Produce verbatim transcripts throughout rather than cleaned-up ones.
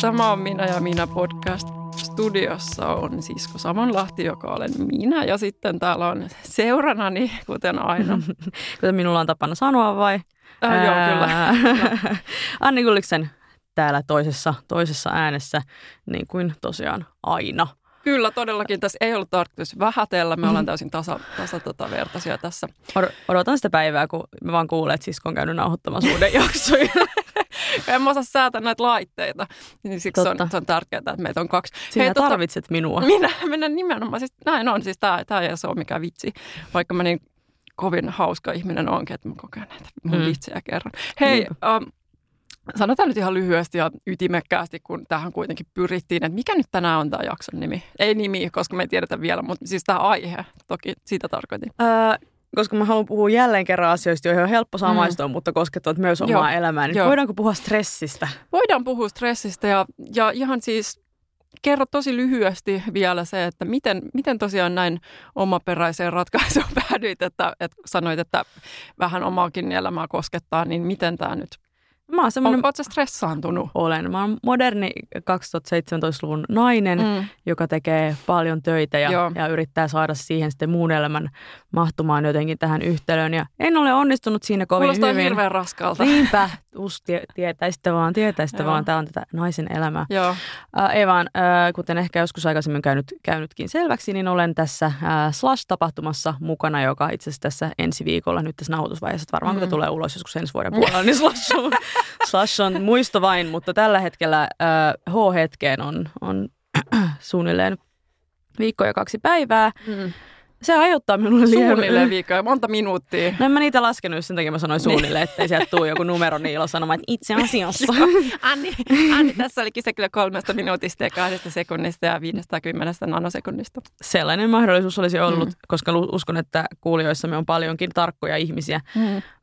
Tämä on Minä ja minä podcast. Studiossa on Sisko Savonlahti, joka olen minä, ja sitten täällä on seuranani, kuten aina. Kuten minulla on tapana sanoa, vai? Äh, Ää, joo, kyllä. No. Anni Gulliksen täällä toisessa, toisessa äänessä, niin kuin tosiaan aina. Kyllä, todellakin. Tässä ei ollut tarkoitus vähätellä. Me ollaan täysin tasa, tasa tota, vertaisia tässä. Odotan sitä päivää, kun mä vaan kuulen, että Sisko on käynyt nauhoittamassa uuden jaksoja. En mä osaa säätää näitä laitteita, niin siksi on, se on tärkeää, että meitä on kaksi. Sinä Hei, tarvitset tota, minua. Minä, minä nimenomaan. Siis, näin on. Siis tää, tää ei ole mikään vitsi, vaikka mä niin kovin hauska ihminen onkin, että mä kokeen näitä mun mm. vitsejä kerran. Hei, ähm, sanotaan nyt ihan lyhyesti ja ytimekkäästi, kun tähän kuitenkin pyrittiin, että mikä nyt tänään on tämä jakson nimi. Ei nimi, koska me ei tiedetä vielä, mutta siis tämä aihe, toki sitä tarkoitin. Öö, koska mä haluan puhua jälleen kerran asioista, joihin on helppo samaistua, mm. mutta koskettavat myös omaa Joo. elämää. Niin voidaanko puhua stressistä? Voidaan puhua stressistä ja, ja ihan siis kerro tosi lyhyesti vielä se, että miten, miten tosiaan näin omaperäiseen ratkaisuun päädyit, että, että sanoit, että vähän omaakin elämää koskettaa, niin miten tämä nyt? Mä oon semmoinen... Oletko stressaantunut? Olen. Mä oon moderni kaksituhattaseitsemäntoista-luvun nainen, mm. joka tekee paljon töitä ja, ja yrittää saada siihen sitten muun elämän mahtumaan jotenkin tähän yhtälöön. Ja en ole onnistunut siinä kovin Kuulostaa hyvin. Kuulostaa hirveän raskalta. Niinpä. Us, tie, tietäisitte vaan, tietäisitte vaan. Tämä on tätä naisen elämää. Joo. Äh, ei vaan, äh, kuten ehkä joskus aikaisemmin käynyt, käynytkin selväksi, niin olen tässä äh, Slash-tapahtumassa mukana, joka itse asiassa tässä ensi viikolla, nyt tässä nauhoitusvaiheessa, varmaan mm. kun te tulee ulos joskus ensi vuoden puolella, niin Slash on, Slash on muisto vain, mutta tällä hetkellä äh, H-hetkeen on, on suunnilleen viikko ja kaksi päivää. Mm. Se aiheuttaa minulle liian... Suunnilleen viikkoja, monta minuuttia. No en mä niitä laskenut, sen takia mä sanoin suunnilleen, ettei sieltä tule joku numero niillä sanomaan, että itse asiassa. Anni, Anni, tässä oli kyse kyllä kolmesta minuutista ja kahdesta sekunnista ja viidestä kymmenestä nanosekunnista. Sellainen mahdollisuus olisi ollut, mm. koska uskon, että kuulijoissamme on paljonkin tarkkoja ihmisiä. Mm. Uh,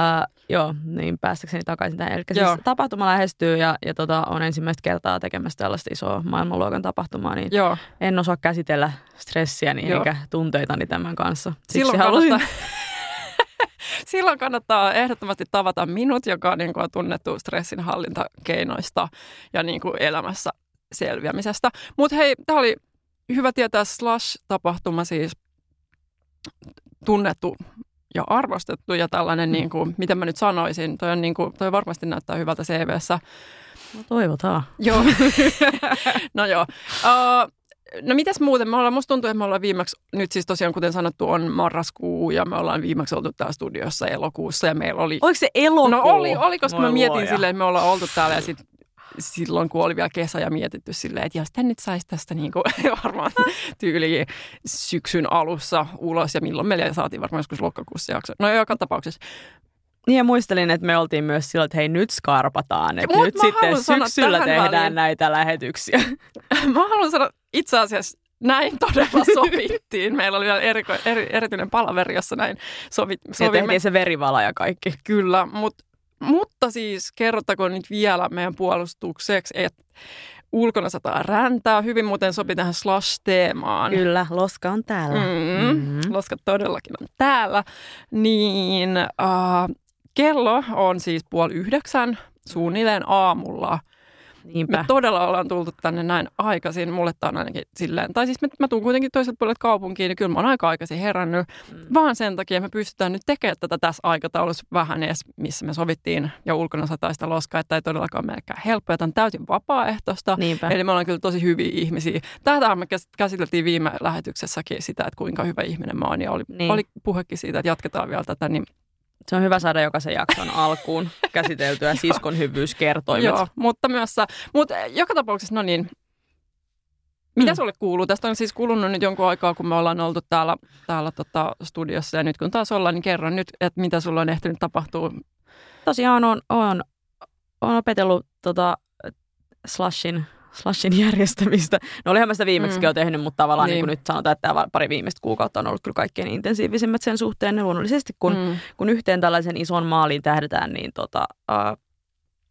joo, niin päästäkseni takaisin tähän. Eli siis tapahtuma lähestyy ja, ja tota, on ensimmäistä kertaa tekemässä tällaista isoa maailmanluokan tapahtumaa, niin joo. en osaa käsitellä stressiäni joo. eikä tunteitani tämän kanssa. Siksi Silloin halusin... kannattaa, Silloin kannattaa ehdottomasti tavata minut, joka niin kuin on tunnettu stressinhallintakeinoista ja niin kuin elämässä selviämisestä. Mutta hei, tämä oli hyvä tietää Slash-tapahtuma, siis tunnettu ja arvostettu ja tällainen, mm. niin kuin, miten mä nyt sanoisin, toi, on niin kuin, toi varmasti näyttää hyvältä C V:ssä. No toivotaan. Joo. no joo. Uh, no mitäs muuten? Me ollaan, musta tuntuu, että me ollaan viimeksi, nyt siis tosiaan kuten sanottu on marraskuu ja me ollaan viimeksi oltu täällä studiossa elokuussa ja meillä oli... Oliko se elokuu? No oli, oli koska Moi mä mietin luoja. silleen, että me ollaan oltu täällä ja sitten silloin, kun oli vielä kesä ja mietitty silleen, että jos tän nyt saisi tästä niin kuin, varmaan tyyliin syksyn alussa ulos ja milloin meillä saatiin varmaan joskus lokakuussa jakso. No joka tapauksessa. Niin ja muistelin, että me oltiin myös sillä, että hei nyt skarpataan, että Mut nyt sitten syksyllä tehdään väliin. näitä lähetyksiä. Mä haluan sanoa itse asiassa, näin todella sovittiin. Meillä oli vielä eri, eri, erityinen palaveri, jossa näin sovi, sovimme. Ja tehtiin se verivala ja kaikki. Kyllä, mutta Mutta siis kerrottakoon nyt vielä meidän puolustukseksi, että ulkona sataa räntää. Hyvin muuten sopi tähän Slash-teemaan. Kyllä, loska on täällä. Mm-hmm. Mm-hmm. Loska todellakin on täällä. Niin äh, kello on siis puoli yhdeksän suunnilleen aamulla. Niinpä. Me todella ollaan tultu tänne näin aikaisin. Mulle tämä on ainakin silleen. Tai siis mä, mä tuun kuitenkin toiselta puolelta kaupunkiin, niin kyllä mä oon aika aikaisin herännyt. Mm. Vaan sen takia me pystytään nyt tekemään tätä tässä aikataulussa vähän edes, missä me sovittiin. Ja ulkona sataa sitä loskaa, että ei todellakaan melkein helppoa. Tämä on täysin vapaaehtoista. Niinpä. Eli me ollaan kyllä tosi hyviä ihmisiä. Tätä me käsiteltiin viime lähetyksessäkin sitä, että kuinka hyvä ihminen mä oon. Ja oli, niin. oli puhekin siitä, että jatketaan vielä tätä. Niin se on hyvä saada jokaisen jakson alkuun käsiteltyä siskon hyvyyskertoimet. Joo, mutta myös, mutta joka tapauksessa, no niin, mitä mm. sulle kuuluu? Tästä on siis kulunut nyt jonkun aikaa, kun me ollaan oltu täällä, täällä tota studiossa ja nyt kun taas ollaan, niin kerron nyt, että mitä sulla on ehtinyt tapahtua. Tosiaan on, on, on opetellut tota, Slashin, Slashin järjestämistä. No olihan mä sitä viimeksikin mm. jo tehnyt, mutta tavallaan niin. Niin nyt sanotaan, että tämä pari viimeistä kuukautta on ollut kyllä kaikkein intensiivisimmät sen suhteen. Ja luonnollisesti, kun, mm. kun yhteen tällaisen ison maaliin tähdetään, niin tota, uh,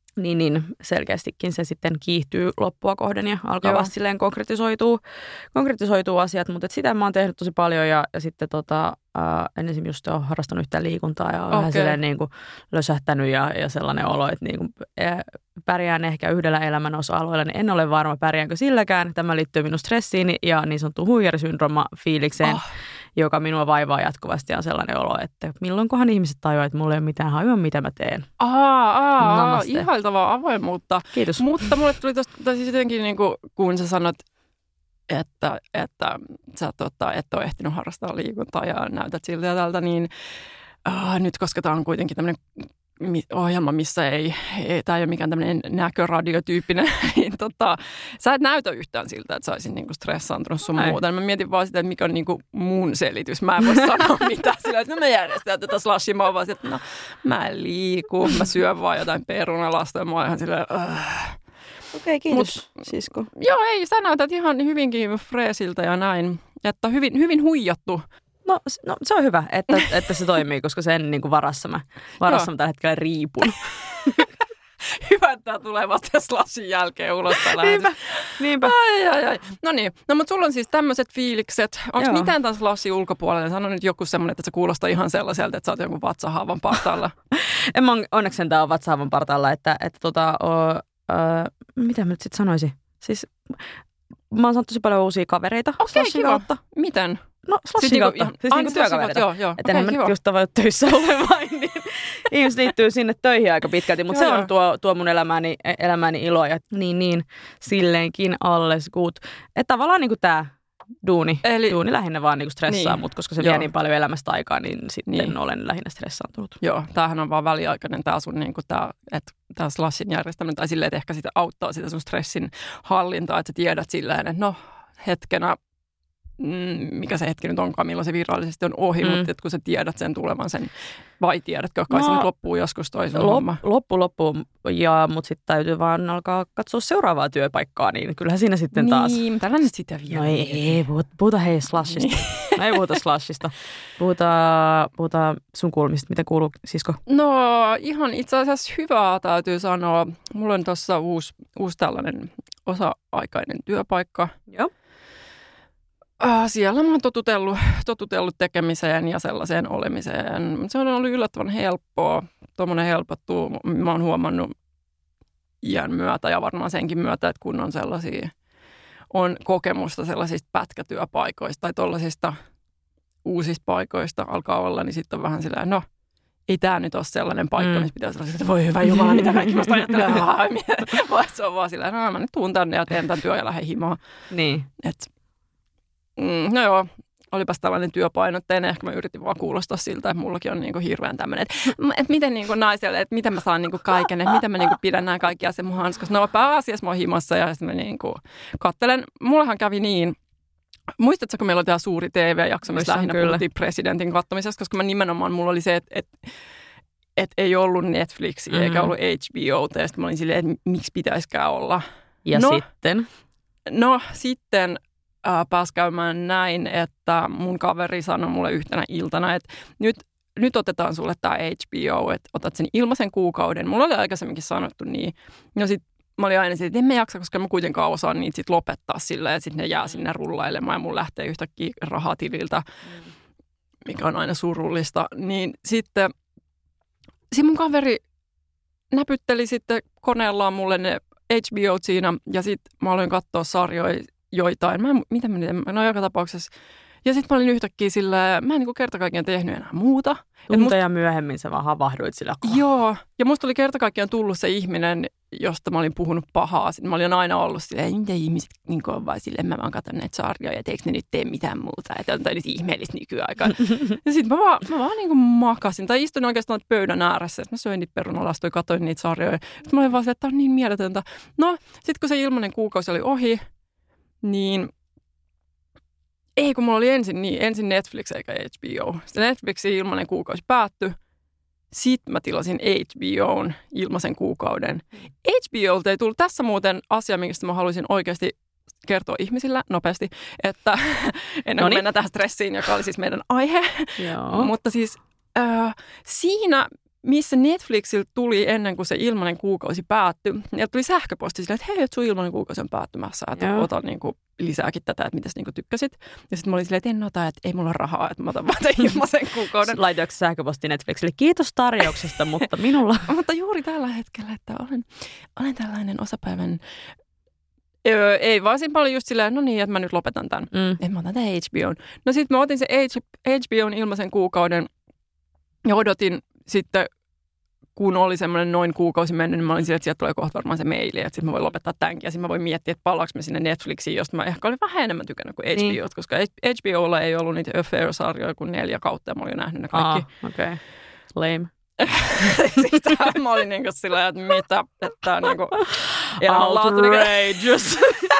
Niin, niin selkeästikin se sitten kiihtyy loppua kohden ja alkaa Joo. vasta silleen konkretisoituu, konkretisoituu asiat, mutta sitä mä oon tehnyt tosi paljon ja, ja sitten tota, ää, en esimerkiksi just ole harrastanut yhtään liikuntaa ja okay. vähän silleen niin kuin lösähtänyt ja, ja sellainen olo, että niin kuin, ää, pärjään ehkä yhdellä elämän osa-alueella, niin en ole varma pärjäänkö silläkään. Tämä liittyy minun stressiini ja niin sanottu huijarisyndrooma-fiilikseen, oh. joka minua vaivaa jatkuvasti ja on sellainen olo, että milloinkohan ihmiset tajuaa, että mulla ei ole mitään hajua, mitä mä teen. Aa, aa, aa ihailtavaa avoimuutta. Kiitos. Mutta mulle tuli tosta, tai siis jotenkin niin kuin, kun sä sanot, että, että sä tota, et ole ehtinyt harrastaa liikuntaa ja näytät siltä ja tältä, niin äh, nyt koska tämä on kuitenkin tämmöinen ohjelma, missä ei, ei tämä ei ole mikään tämmöinen näköradiotyyppinen, niin tota, sä et näytä yhtään siltä, että sä olisit niinku stressaantunut sun muuta. Mä mietin vaan sitä, että mikä on niinku mun selitys. Mä en voi sanoa mitään sillä, että no me järjestetään tätä slashia. Mä oon vaan että no mä en liiku, mä syön vaan jotain perunalasta ja mä oon ihan silleen, äh. Okei, okay, kiitos Mut, sisko. Joo, ei, sä näytät ihan hyvinkin freesiltä ja näin. Että hyvin, hyvin huijattu. No, no se on hyvä, että, että se toimii, koska sen niin kuin varassa mä, varassa mä tällä hetkellä riipun. Hyvä, että tämä tulee vasta slashin jälkeen ulos. Niinpä, niinpä. Ai, ai, ai. No niin, no mutta sulla on siis tämmöiset fiilikset. Onko mitään tämän slashin ulkopuolella? Sano nyt joku semmoinen, että se kuulostaa ihan sellaiselta, että sä oot jonkun vatsahaavan partaalla. En mä onneksi sentään ole vatsahaavan partaalla, että, että tota, o, ö, mitä mä nyt sitten sanoisin? Siis mä oon saanut tosi paljon uusia kavereita slashin kautta. Miten? No, slashin siis kautta. Niinku, siis niinku työkavereita. Joo, joo. Että enhän mä nyt just tavoin töissä ole vain, niin ihmiset liittyy sinne töihin aika pitkälti. Mutta se on tuo, tuo mun elämääni, elämääni ilo ja niin, niin silleenkin alles good. Että tavallaan niinku tää duuni, Eli, duuni lähinnä vaan niinku stressaa, niin, mutta koska se joo. vie niin paljon elämästä aikaa, niin sitten niin. olen lähinnä stressaantunut. Joo, tämähän on vaan väliaikainen tää sun niinku tää, että tää slashin järjestäminen tai silleen, että ehkä sitä auttaa sitä sun stressin hallintaa, että sä tiedät silleen, että no hetkenä, mikä se hetki nyt onkaan, milloin se virallisesti on ohi, mm. mutta kun sä tiedät sen tulevan sen, vai tiedätkö, kai no, se nyt loppuu joskus toi sun lop, homma? Loppu, loppu, ja, mutta sitten täytyy vaan alkaa katsoa seuraavaa työpaikkaa, niin kyllähän siinä sitten taas. Niin, tällä nyt sitä vielä. No ei, ei puhuta, puhuta hei slashista. No ei puhuta slashista. Puhuta, puhuta sun kulmista. Miten kuuluu, sisko? No ihan itse asiassa hyvää täytyy sanoa. Mulla on tuossa uusi, uusi tällainen osa-aikainen työpaikka. Joo. Siellä mä oon totutellut, totutellut tekemiseen ja sellaiseen olemiseen. Se on ollut yllättävän helppoa. Tuommoinen helpottuu. Mä oon huomannut iän myötä ja varmaan senkin myötä, että kun on sellaisia, on kokemusta sellaisista pätkätyöpaikoista tai tuollaisista uusista paikoista alkaa olla, niin sitten on vähän sillä no, ei tämä nyt ole sellainen paikka, mm. missä pitäisi olla että voi hyvä jumala, mitä kaikki musta ajattelee. Vaan se on vaan sillä no mä nyt tuun tänne ja teen tämän työn ja lähden himaan. Niin. Että Mm, no joo, olipas tällainen työpainotteinen. Ehkä mä yritin vaan kuulostaa siltä, että mullakin on niinku hirveän tämmöinen, että, että miten niinku naiselle, että miten mä saan niinku kaiken, että miten mä niinku pidän nämä kaikki asiat mun hanskassa. No pääasiassa mä oon himassa ja sitten mä niinku katselen. Mullahan kävi niin, muistatko, kun meillä oli tämä suuri T V-jakso, missä lähinnä puhuttiin presidentin katsomisesta, koska mä nimenomaan, mulla oli se, että, että, että ei ollut Netflixiä mm-hmm. eikä ollut H B O:ta ja sitten mä olin silleen, että miksi pitäisikään olla. Ja no, sitten? No sitten Äh, pääsi käymään näin, että mun kaveri sanoi mulle yhtenä iltana, että nyt, nyt otetaan sulle tämä H B O, että otat sen ilmaisen kuukauden. Mulla oli aikaisemminkin sanottu niin. No sit mä olin aina siitä, että en mä jaksa, koska mä kuitenkaan osaan niitä sit lopettaa silleen, että sitten ne jää sinne rullailemaan ja mun lähtee yhtäkkiä rahaa tililtä, mikä on aina surullista. Niin sitten sit mun kaveri näpytteli sitten koneellaan mulle ne H B O siinä ja sitten mä aloin katsoa sarjoja joitain. Mä en, mitä mä nyt, no joka tapauksessa. Ja sitten mä olin yhtäkkiä sillä, mä en niin kerta kaikkiaan tehnyt enää muuta. Tunteja must... myöhemmin sä vaan havahduit sillä kohdalla. Joo, ja musta oli kerta kaikkiaan tullut se ihminen, josta mä olin puhunut pahaa. Sitten mä olin aina ollut silleen, mitä ihmiset niin on vaan silleen, mä vaan katson näitä sarjoja, ja teekö ne nyt tee mitään muuta. Että on toi nyt ihmeellistä nykyaikaan. Ja sitten mä vaan, mä vaan niin kuin makasin, tai istuin oikeastaan pöydän ääressä. Mä söin niitä perunalastoja ja katsoin niitä sarjoja. Sitten mä olin vaan silleen, että tää on niin mieletöntä. No, sitten kun se ilmainen kuukausi oli ohi, niin ei, kun mulla oli ensin, niin, ensin Netflix eikä H B O. Sitten Netflixin ilmainen kuukausi päättyi. Sitten mä tilasin H B O:n ilmaisen kuukauden. H B O:lta ei tullut tässä muuten asia, mistä mä haluaisin oikeasti kertoa ihmisille nopeasti, että ennen kuin mennään tähän stressiin, joka oli siis meidän aihe. Joo. Mutta siis äh, siinä missä Netflixiltä tuli ennen kuin se ilmainen kuukausi päättyi. Ja tuli sähköposti silleen, että hei, sun ilmainen kuukausi on päättymässä, että Joo. ota niin kuin, lisääkin tätä, että mitäs niin kuin tykkäsit. Ja sitten mä olin silleen, että en ota, että ei mulla ole rahaa, että mä otan vaan tämän ilmaisen kuukauden. Laitoiko sähköposti Netflixille? Kiitos tarjouksesta, mutta minulla... mutta juuri tällä hetkellä, että olen, olen tällainen osapäivän... Öö, ei, vaan siinä paljon just silleen, no niin, että mä nyt lopetan tämän. Mm. Että mä otan tämän H B O:n. No sitten mä otin se H B O:n ilmaisen kuukauden ja odotin sitten, kun oli semmoinen noin kuukausi mennyt, niin mä olin silleen, että sieltä tulee kohta varmaan se maili, että sitten mä voin lopettaa tämänkin. Ja sitten mä voin miettiä, että palaanko mä sinne Netflixiin, josta mä ehkä olin vähän enemmän tykännyt kuin H B O, niin. Koska H B O:lla ei ollut niitä Affair-sarjoja kuin neljä kautta ja mä olin jo nähnyt ne kaikki. Ah, okei. Okay. Lame. Sitten mä olin niin kuin silleen, että mitä, että niin kuin outrageous.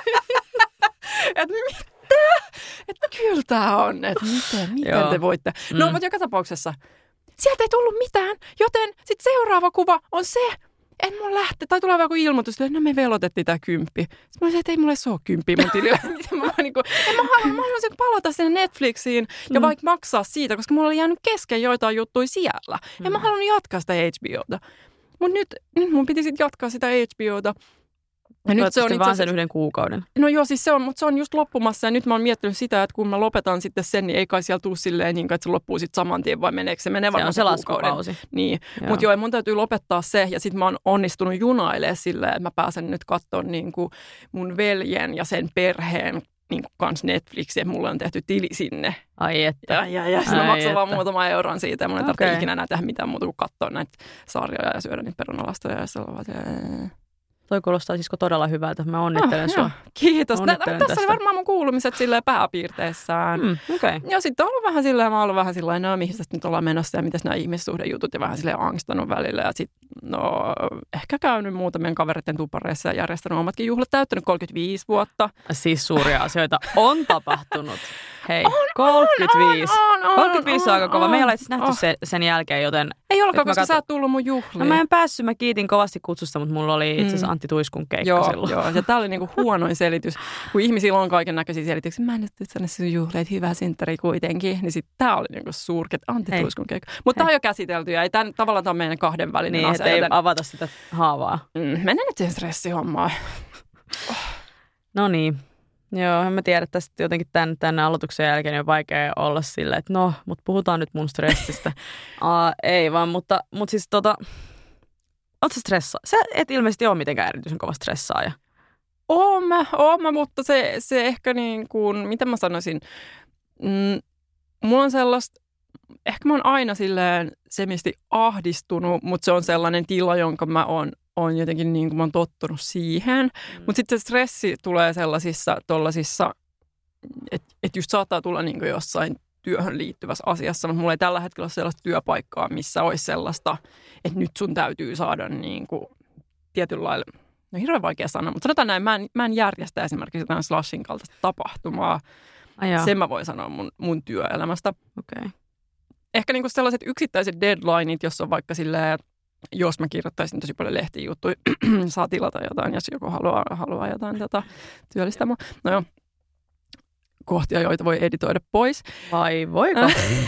Että mitä? Että kyllä tää on, että miten, miten Joo. te voitte. No, mm. mutta joka tapauksessa sieltä ei tullut mitään, joten sitten seuraava kuva on se, että mun lähtee, tai tulee joku ilmoitus, että no me velotettiin tää kymppi. Sitten mä olisin, että ei mulle se ole kymppiä mun tilillä. mä, niin kuin, mä haluan, mä haluan palata sinne Netflixiin ja mm. vaikka maksaa siitä, koska mulla oli jäänyt kesken joitain juttuja siellä. Mm. Ja mä haluan jatkaa sitä H B Ota. Mutta nyt, nyt mun piti sitten jatkaa sitä H B Ota. Ja nyt se on vaan sen yhden kuukauden. No joo, siis se on, mutta se on just loppumassa ja nyt mä oon miettinyt sitä, että kun mä lopetan sitten sen, niin ei kai siellä tule silleen niin, että se loppuu sitten saman tien, vai meneekö se menee varmaan se on se laskukausi. Niin, mutta joo, mun täytyy lopettaa se ja sitten mä oon onnistunut junailemaan silleen, että mä pääsen nyt katsomaan niin kuin mun veljen ja sen perheen niin kuin kans Netflixiä, että mulle on tehty tili sinne. Ai että. Ja, ja, ja sitten mä maksan vaan muutama euron siitä ja mun ei okay. tarvitse ikinä enää tehdä mitään muuta kuin katsoa näitä sarjoja ja syödä niitä perunalastoja ja sellaisia. Toi kuulostaa siis todella hyvältä. Mä onnittelen oh, sua. Kiitos. Onnittelen Nä, tässä oli varmaan mun kuulumiset silleen pääpiirteissään. Mm, okay. Ja sitten on ollut vähän silleen, mä oon ollut vähän silleen, no mihin tästä nyt ollaan menossa ja mitäs nämä ihmissuhdejutut ja vähän silleen angstanut välillä. Ja sitten no ehkä käynyt muutamien kavereiden tupareissa ja järjestänyt omatkin juhlat, täyttänyt kolmekymmentäviisi vuotta. Siis suuria asioita on tapahtunut. Hei, on, kolmekymmentäviisi. On, on, on, kolmekymmentäviisi on, on aika kova. Me ei ole nähty oh. se, sen jälkeen, joten... Ei olekaan, koska kat... sä oot tullut mun juhliin. No mä en päässyt, mä kiitin kovasti kutsusta, mutta mulla oli itse asiassa mm. Antti Tuiskun keikka joo, silloin. Joo, ja tää oli niinku huonoin selitys. Kun ihmisillä on kaiken näköisiä selityksiä, mä en nyt tänne sun juhliin, että hyvä synttäri kuitenkin. Niin sit tää oli niinku suurket Antti Hei. Tuiskun keikka. Mutta tää on jo käsitelty ja ei tän, tavallaan tää on meidän kahden välinen niin, asia. Niin, ei joten... avata sitä haavaa. Mm, mennään nyt siihen stressihommaan. Oh. No niin. Joo, en mä tiedä, että tästä jotenkin tämän, tämän aloituksen jälkeen on vaikea olla silleen, että no, mutta puhutaan nyt mun stressistä. uh, ei vaan, mutta, mutta siis tota, oot sä stressaa? Sä et ilmeisesti ole mitenkään erityisen kova stressaaja. Oon mä, oon mä, mutta se, se ehkä niin kuin, mitä mä sanoisin, mm, mulla on sellaista, ehkä mä oon aina silleen semisti ahdistunut, mutta se on sellainen tila, jonka mä oon on jotenkin niin kuin mä oon tottunut siihen. Mm. Mutta sitten se stressi tulee sellaisissa tollasissa, että et just saattaa tulla niin kuin jossain työhön liittyvässä asiassa, mutta mulla ei tällä hetkellä ole sellaista työpaikkaa, missä olisi sellaista, että nyt sun täytyy saada niin kuin tietyllä lailla, no hirveän vaikea sanoa, mutta sanotaan näin, mä en, mä en järjestä esimerkiksi jotain Slashin kaltaista tapahtumaa. Ajaa. Sen mä voin sanoa mun, mun työelämästä. Okay. Ehkä niin kuin sellaiset yksittäiset deadlineit, jos on vaikka silleen, jos mä kirjoittaisin tosi paljon lehtijuttuja, saa tilata jotain, jos joku haluaa, haluaa jotain tota, työllistä mua. No joo, kohtia, joita voi editoida pois. Vai voiko?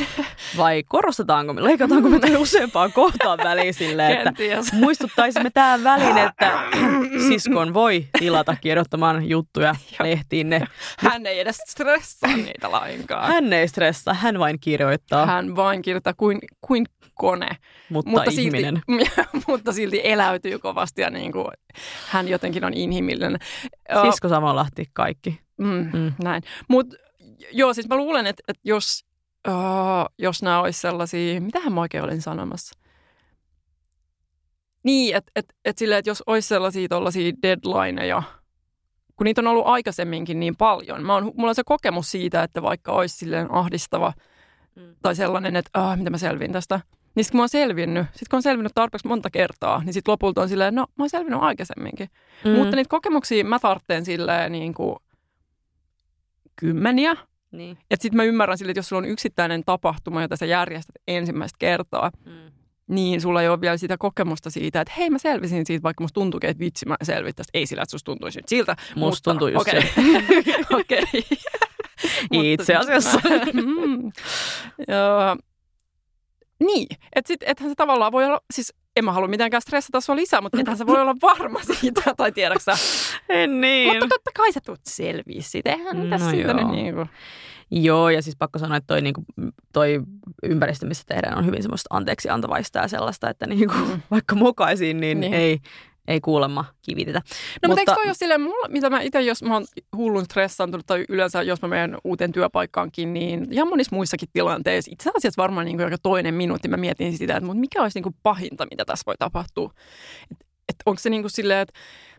Vai korostetaanko me? Leikataanko me tänne useampaan kohtaan väliin silleen, että muistuttaisimme tämän välin, että siskon voi tilata kirjoittamaan juttuja lehtiin. Ne. Hän ei edes stressaa niitä lainkaan. Hän ei stressaa, hän vain kirjoittaa. Hän vain kirjoittaa kuin, kuin kone. Mutta, mutta, ihminen. Silti, mutta silti eläytyy kovasti ja niin kuin, hän jotenkin on inhimillinen. Sisko Samonlahti kaikki. Mm, mm. Näin. Mutta joo, siis mä luulen, että, että jos, uh, jos nämä olisi sellaisia, mitähän mä oikein olin sanomassa? Niin, että et, et silleen, että jos olisi sellaisia tollaisia deadlineja, kun niitä on ollut aikaisemminkin niin paljon. Mä on, mulla on se kokemus siitä, että vaikka olisi silleen ahdistava mm. tai sellainen, että uh, mitä mä selviin tästä. Niin sitten kun mä oon selvinnyt, sit kun on selvinnyt tarpeeksi monta kertaa, niin sitten lopulta on silleen, no mä oon selvinnyt aikaisemminkin. Mm. Mutta niitä kokemuksia mä tarvitsen silleen niin kuin kymmeniä. Niin. Ja sitten mä ymmärrän sille, että jos sulla on yksittäinen tapahtuma, jota sä järjestät ensimmäistä kertaa, mm. niin sulla ei ole vielä sitä kokemusta siitä, että hei mä selvisin siitä, vaikka musta tuntuukin, että vitsi mä selvit tästä. Ei sillä, että susta tuntuisi nyt siltä. Musta mutta, tuntuu just okay. se. Okei. Itse asiassa. mm. Joo. Niin, että sit, ethän se tavallaan voi olla, siis en mä halua mitenkään stressata sua lisää, mutta ethän se voi olla varma siitä, tai tiedäksä. En niin. Mutta totta kai sä tulet selviä siitä, eihän no tässä siitä nyt niin kuin. Joo, ja siis pakko sanoa, että toi, niinku, toi ympäristö, missä tehdään, on hyvin semmoista anteeksi antavaista ja sellaista, että niinku, mm. vaikka mokaisiin, niin, niin. ei... Ei kuulemma kivitetä. No mutta, mutta eikö toi ole silleen, mulla, mitä mä itse, jos mä oon hullun stressaantunut tai yleensä jos mä menen uuteen työpaikkaankin, niin ihan monissa muissakin tilanteissa, itse asiassa varmaan niin kuin aika toinen minuutti mä mietin sitä, että mikä olisi niin kuin pahinta, mitä tässä voi tapahtua. Että et onko se niin kuin silleen, että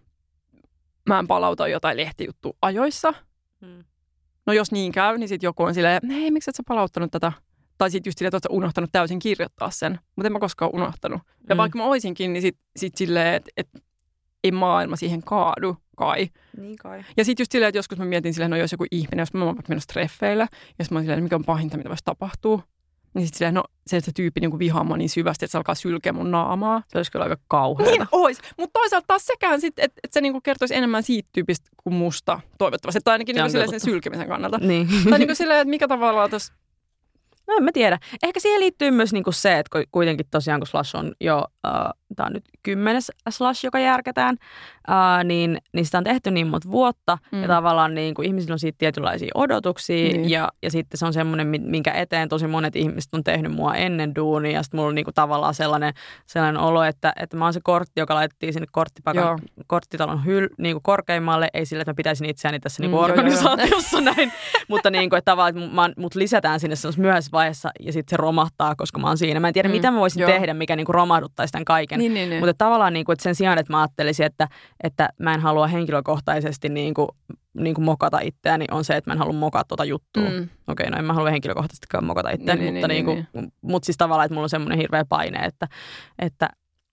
mä en palauta jotain lehtijuttua ajoissa. Hmm. No jos niin käy, niin sitten joku on silleen, hei, miksi et sä palauttanut tätä? Tai sitten just silleen, että oot sä unohtanut täysin kirjoittaa sen. Mutta en mä koskaan unohtanut. Ja mm. vaikka mä oisinkin, niin sitten sit silleen, että et, ei maailma siihen kaadu kai. Niin kai. Ja sitten just silleen, että joskus mä mietin silleen, no jos joku ihminen, jos mä oon vaikka menossa treffeille, ja jos mä oon silleen, mikä on pahinta, mitä voisi tapahtua. Niin sitten silleen, no se, että se tyyppi niinku vihaa mua niin syvästi, että se alkaa sylkeä mun naamaa. Se olisi kyllä aika kauheata. Niin ois. Mutta toisaalta taas sekään sitten, että et se niinku kertoisi enemmän siitä tyypistä kuin musta, toivottavasti. Tai ainakin niinku silleen sen sylkemisen kannalta. Niin. Tai niinku silleen, että mikä tavallaan tuossa. No en mä tiedä. Ehkä siihen liittyy myös niinku se, että kuitenkin tosiaan kun Slash on jo, äh, tämä on nyt kymmenes Slash, joka järkätään, äh, niin, niin sitä on tehty niin monta vuotta mm. ja tavallaan niinku ihmisillä on siitä tietynlaisia odotuksia mm. ja, ja sitten se on semmoinen, minkä eteen tosi monet ihmiset on tehnyt mua ennen duunia ja sitten mulla on niinku tavallaan sellainen, sellainen olo, että, että mä oon se kortti, joka laitettiin sinne korttipakan, korttitalon hyl, niinku korkeimmalle, ei sille, että mä pitäisin itseäni tässä niinku mm, organisaatiossa jo, jo. näin, mutta niinku, että tavallaan, että mä, mut lisätään sinne sellaisessa myöhäisessä vaiheessa ja sitten se romahtaa, koska mä oon siinä. Mä en tiedä, mm, mitä mä voisin joo. tehdä, mikä niinku romahduttaisi tämän kaiken. Niin, niin, niin. Mutta tavallaan niinku, että sen sijaan, että mä ajattelisin, että, että mä en halua henkilökohtaisesti niinku, niinku mokata itseäni, on se, että mä en halua mokata tuota juttua. Mm. Okei, no en mä halua henkilökohtaisestikaan mokata itseäni, niin, mutta, niin, niinku, niin, mutta siis tavallaan, että mulla on semmoinen hirveä paine, että, että,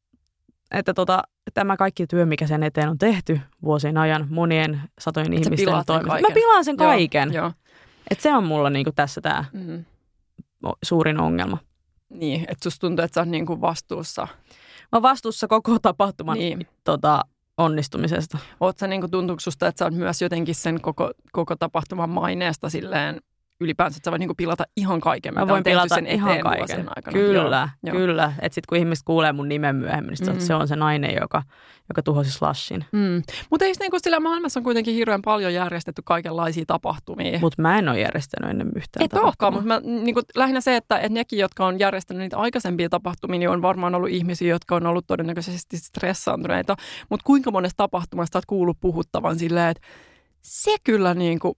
että tota, tämä kaikki työ, mikä sen eteen on tehty vuosien ajan, monien satojen et ihmisten toimesta. Mä pilaan sen kaiken. Joo, joo. Että se on mulla niinku tässä tämä mm. suurin ongelma. Niin, että susta tuntuu, että sä oot niinku vastuussa. Mä oon vastuussa koko tapahtuman niin. tota, onnistumisesta. Oot sä niinku, tuntuuko susta, että sä oot myös jotenkin sen koko, koko tapahtuman maineesta silleen ylipäänsä, että sä voit niinku pilata ihan kaiken, mitä on tehty sen ihan eteen kaiken. Vuosien aikana. Kyllä, joo, kyllä. Että sitten kun ihmiset kuulee mun nimen myöhemmin, niin mm. se on se nainen, joka, joka tuhosi Slashin. Mm. Mutta eikö niinku sillä maailmassa on kuitenkin hirveän paljon järjestetty kaikenlaisia tapahtumia? Mutta mä en ole järjestänyt ennen yhtään Et olekaan, mutta niinku, lähinnä se, että et nekin, jotka on järjestänyt niitä aikaisempia tapahtumia, niin on varmaan ollut ihmisiä, jotka on ollut todennäköisesti stressaantuneita. Mutta kuinka monesta tapahtumasta olet kuullut puhuttavan silleen, että se kyllä niinku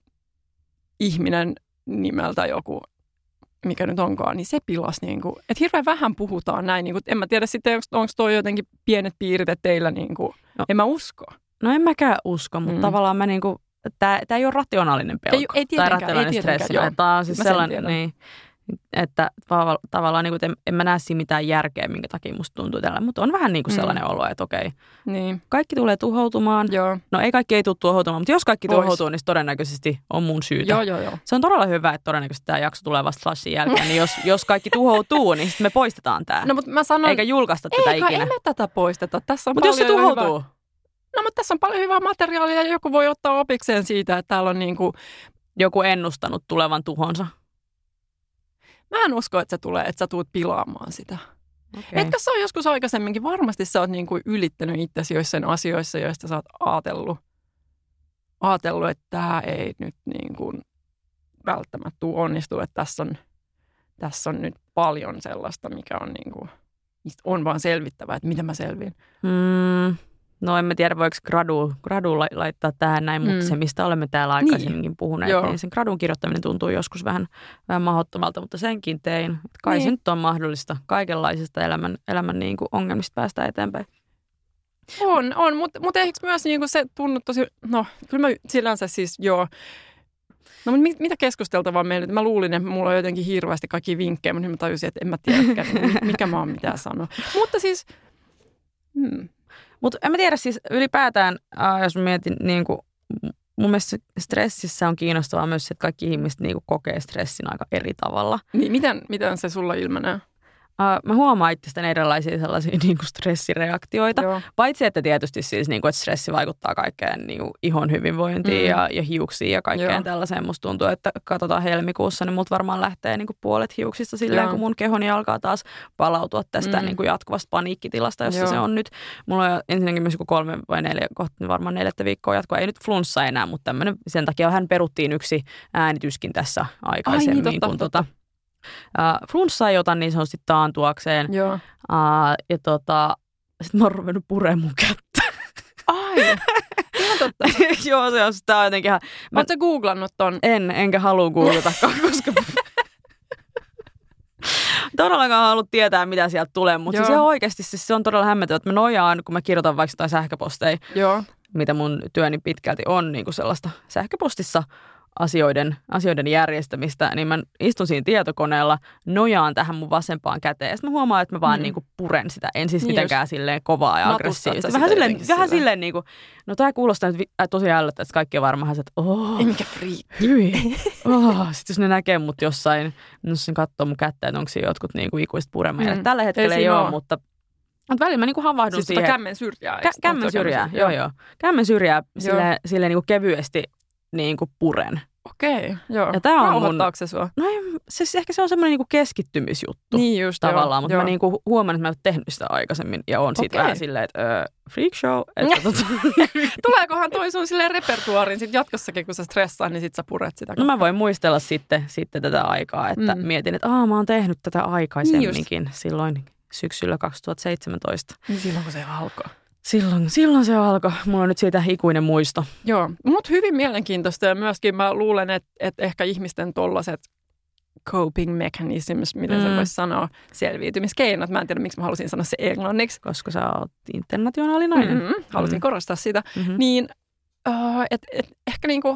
ihminen nimeltä joku, mikä nyt onkaan, niin se pilas niinku, että hirveän vähän puhutaan näin, niinku, en mä tiedä sitten, onko toi jotenkin pienet piirit, että teillä niinku, no, en mä usko. No en mäkään usko, mutta mm. tavallaan mä niinku, tää, tää ei ole rationaalinen pelko. Ei, ei tietenkään, ei tietenkään. Tää on siis mä sellainen, niin, että tavallaan niinku, en, en mä näe siinä mitään järkeä, minkä takia musta tuntuu tällä, mutta on vähän niinku sellainen mm. olo, että okei, niin. kaikki tulee tuhoutumaan. Joo. No ei kaikki ei tule tuhoutumaan, mutta jos kaikki Vois. tuhoutuu, niin todennäköisesti on mun syytä. Joo, joo, joo. Se on todella hyvä, että todennäköisesti tämä jakso tulee vasta Slashin jälkeen, niin jos, jos kaikki tuhoutuu, niin sitten me poistetaan tämä. No, mutta mä sanon, eikä julkaista tätä eikä, ikinä. Ei me tätä poisteta. Mutta jos se tuhoutuu? Hyvä. No, mutta tässä on paljon hyvää materiaalia ja joku voi ottaa opikseen siitä, että täällä on niinku joku ennustanut tulevan tuhonsa. Mä en usko, että se tulee, että sä tuut pilaamaan sitä. Okay. Etkö sä ole joskus aikaisemminkin, varmasti sä oot niinku ylittänyt itsesi joissain asioissa, joista sä oot ajatellut, ajatellut että tää ei nyt niinku välttämättä tule onnistua, että tässä on, tässä on nyt paljon sellaista, mikä on niinku, on vaan selvittävää, että mitä mä selviin. Mm. No en mä tiedä, voiko gradu, gradu laittaa tähän näin, mutta mm. se, mistä olemme täällä aikaisemminkin niin. puhuneet, Joo. niin sen gradun kirjoittaminen tuntuu joskus vähän, vähän mahdottomalta, mutta senkin tein. Kai niin. se nyt on mahdollista kaikenlaisista elämän, elämän niin kuin ongelmista päästä eteenpäin. On, on mutta mut eikö myös niin kuin se tunnu tosi, no kyllä mä sillänsä siis joo. No mutta mit, mitä keskusteltavaa meillä? Mä luulin, että mulla on jotenkin hirveästi kaikki vinkkejä, mutta mä tajusin, että en mä tiedä, mikä mä oon mitään sanoa. Mutta siis Hmm. Mutta en mä tiedä siis ylipäätään, äh, jos mä mietin, niin kuin, mun mielestä stressissä on kiinnostavaa myös se, että kaikki ihmiset niin kuin, kokee stressin aika eri tavalla. Niin, miten, miten se sulla ilmenee? Uh, mä huomaan itsestäni erilaisia sellaisia niin kuin stressireaktioita. Joo. Paitsi, että tietysti siis, niin kuin, että stressi vaikuttaa kaikkeen niin kuin ihon hyvinvointiin mm. ja, ja hiuksiin ja kaikkeen Joo. tällaiseen. Musta tuntuu, että katsotaan helmikuussa, niin multa varmaan lähtee niin kuin puolet hiuksista silleen, Joo. kun mun kehoni alkaa taas palautua tästä mm. niin kuin jatkuvasta paniikkitilasta, jossa Joo. se on nyt. Mulla on ensinnäkin myös kolme vai neljä, kohta varmaan neljättä viikkoa jatkoa. Ei nyt flunssa enää, mutta tämmöinen, sen takia hän peruttiin yksi äänityskin tässä aikaisemmin. Ai, niin, totta, kun totta. Tota, Uh, flunssa ei ota niin sanotusti taantuakseen. Joo. Uh, ja tota, sit mä oon ruvennut puremaan mun kättä. Ai, ihan totta. Joo, se on sitä jotenkin ihan... Mä... Oot sä googlannut ton? En, enkä halua googlatakaan, koska... Todellakaan halunnut tietää, mitä sieltä tulee, mutta siis se oikeasti siis se on todella hämmentävä, että mä nojaan, kun mä kirjoitan vaikka jotain sähköposteja, Joo. mitä mun työni pitkälti on niin kuin sellaista sähköpostissa asioiden, asioiden järjestämistä, niin mä istun siinä tietokoneella, nojaan tähän mun vasempaan käteen ja sitten mä huomaan, että mä vaan mm. niinku puren sitä. En siis niin mitenkään just. Silleen kovaa ja aggressiivisesti. Vähän silleen, vähän silleen niinku, no tää kuulostaa nyt vi- tosi ällöttä, että kaikki on varmaan, että oh, ei mikä friikki. Hyi. Oh, sitten jos ne näkee mut jossain, jos sen katsoo mun kättä, että onko siinä jotkut niinku ikuiset puremaan. Mm. Tällä hetkellä ei, ei ole, mutta Mutta välillä mä niinku havahdun siis siihen. Siis kämmen syrjää. Kä- kämmen syrjää, joo joo. Kämmen syrjää silleen, silleen niinku kevyesti niinku puren. Okei, joo. Ja tää on mun... se sua? No ei, siis ehkä se on semmoinen niinku keskittymisjuttu niin just, tavallaan, joo, mutta joo. mä niinku huomaan, että mä en ole tehnyt sitä aikaisemmin ja on siitä vähän silleen, että äh, freak show. Että tot... Tuleekohan toi sun silleen repertuaarin sit jatkossakin, kun sä stressaat, niin sit sä puret sitä. No mä voin muistella sitten, sitten tätä aikaa, että mm. mietin, että aah, mä oon tehnyt tätä aikaisemminkin niin silloin syksyllä kaksituhattaseitsemäntoista. Niin silloin, kun se alkoi. Silloin, silloin se alkoi. Mulla on nyt siitä ikuinen muisto. Joo, mutta hyvin mielenkiintoista ja myöskin mä luulen, että, että ehkä ihmisten tollaiset coping mechanisms, miten mm. se voisi sanoa, selviytymiskeinot. Mä en tiedä, miksi mä halusin sanoa se englanniksi. Koska sä oot internationaalinainen. Mm-hmm. Halusin mm-hmm. korostaa sitä. Mm-hmm. Niin, uh, että et, ehkä niinku,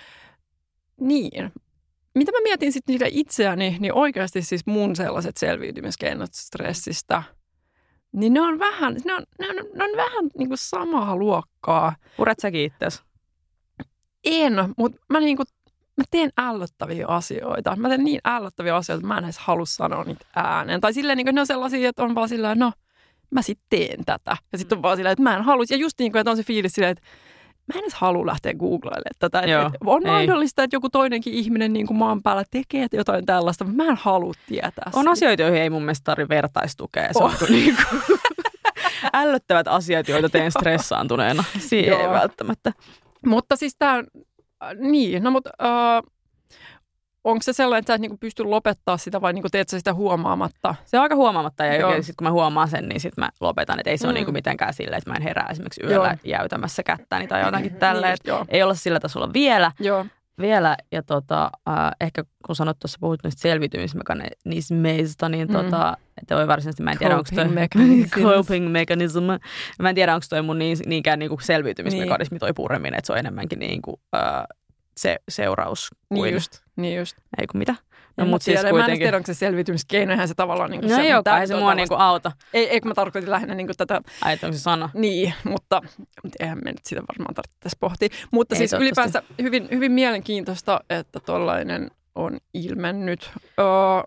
niin. Mitä mä mietin sitten niitä itseäni, niin oikeasti siis mun sellaiset selviytymiskeinot stressistä, niin ne on vähän, ne on, ne on, ne on vähän niin kuin samaa luokkaa. Puret säkin itseäsi? En, mutta mä, niin kuin, mä teen ällöttäviä asioita. Mä teen niin ällöttäviä asioita, että mä en edes halua sanoa niitä ääneen. Tai silleen, niin kuin, ne on sellaisia, että on vaan silleen, no mä sit teen tätä. Ja sitten on vaan silleen, että mä en halua. Ja just niin kuin, että on se fiilis silleen, että mä en edes halua lähteä googlailemaan tätä. Joo, et on ei. mahdollista, että joku toinenkin ihminen niin kuin maan päällä tekee jotain tällaista, mutta mä en halua tietää. On asioita, joihin ei mun mielestä tarvitse vertaistukea. Se oh. on niin kuin ällöttävät asiat, joita teen stressaantuneena. Siihen ei välttämättä. Mutta siis tää on, niin, no mutta uh, onko se sellainen, että sä et niinku pysty lopettaa sitä vai niinku teet sä sitä huomaamatta? Se on aika huomaamatta ja sitten kun mä huomaan sen, niin sitten mä lopetan. Että ei se mm. ole niinku mitenkään silleen, että mä en herää esimerkiksi yöllä Joo. jäytämässä kättäni tai jotakin tälleen. Niin, ei olla sillä tasolla vielä. Joo. Vielä, ja tota, äh, ehkä kun sanot tuossa, puhut noista selviytymismekanismeista, niin tota, mm. että voi varsinaisesti, mä en tiedä, onko toi coping mechanism. Mä en tiedä, onko toi mun niin, niinkään niinku selviytymismekanismi niin. toi pureminen, että se on enemmänkin niinku, äh, se seuraus kuin... Niin just, niin just. Ei kun mitä? No, mutta siis kuitenkin... Mä en tiedä, onko se selviytymiskeino, eihän se tavallaan niinku... No se, ei olekaan, se mua niinku auta. Ei, ei kun mä tarkoitin lähinnä niinku tätä... Ai, että onko se sana? Niin, mutta eihän me nyt sitä varmaan tarvitse tässä pohtia. Mutta ei, siis ylipäänsä hyvin, hyvin mielenkiintoista, että tollainen on ilmennyt. Öö,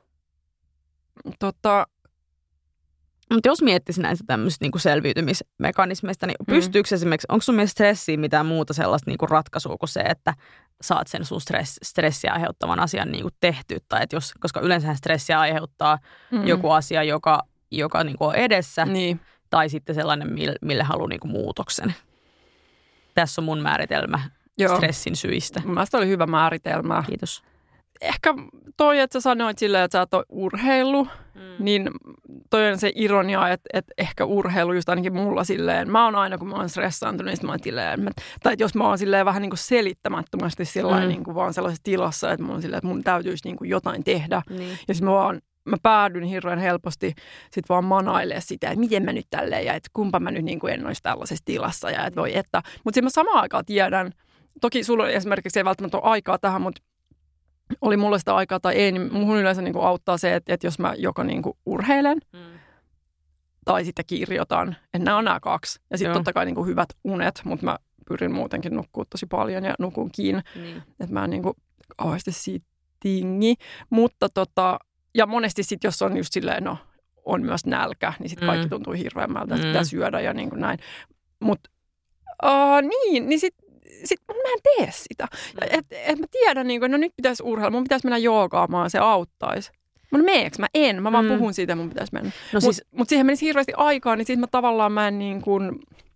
tota... Mutta jos miettisi näistä tämmöisistä niinku selviytymismekanismeista, niin mm. pystyykö esimerkiksi, onko sun mielestä stressiin mitään muuta sellaista niinku ratkaisua kuin se, että saat sen sun stress, stressiä aiheuttavan asian niinku tehty? Tai et jos, koska yleensä stressiä aiheuttaa mm. joku asia, joka, joka niinku on edessä, niin. tai sitten sellainen, mille, mille haluaa niinku muutoksen. Tässä on mun määritelmä Joo. stressin syistä. Mielestäni oli hyvä määritelmä. Kiitos. Ehkä toi, että sä sanoit silleen, että sä et ole urheilu, mm. niin toi on se ironia, että, että ehkä urheilu just ainakin mulla silleen, mä oon aina kun mä oon stressaantunut, niin mä oon silleen, mä, tai jos mä oon silleen vähän niin kuin selittämättömästi silleen, mm. niin kuin vaan sellaisessa tilassa, että mä oon silleen, että mun täytyisi niin kuin jotain tehdä. Niin. Ja sitten mä vaan, mä päädyn hirveän helposti sit vaan manailemaan sitä, että miten mä nyt tälleen ja että kumpa mä nyt niin kuin en olisi tällaisessa tilassa ja että voi että. Mutta sitten mä samaan aikaan tiedän, toki sulla esimerkiksi ei välttämättä ole aikaa tähän, mutta oli mulla sitä aikaa tai ei, niin muhun yleensä niin kuin auttaa se, että, että jos mä joko niin kuin urheilen mm. tai sitten kirjoitan, että nämä on nämä kaksi. Ja sitten totta kai niin kuin hyvät unet, mutta mä pyrin muutenkin nukkua tosi paljon ja nukunkin, niin. Että mä en niin kuin kauheasti siitä tingi. Mutta tota, ja monesti sitten jos on just silleen, no on myös nälkä, niin sitten kaikki Mm. tuntuu hirveämmältä, että Mm. pitää syödä ja niin kuin näin. Mutta uh, niin, niin sitten sit, mä en tee sitä. Mm. Et, et mä tiedän, niin kuin, no nyt pitäisi urheilla, mun pitäisi mennä joogaamaan, se auttaisi. Mutta meeks mä en, mä vaan Mm. puhun siitä, mun pitäisi mennä. No Mutta siis, mut siihen menisi hirveästi aikaa, niin sitten mä tavallaan mä en niin kuin...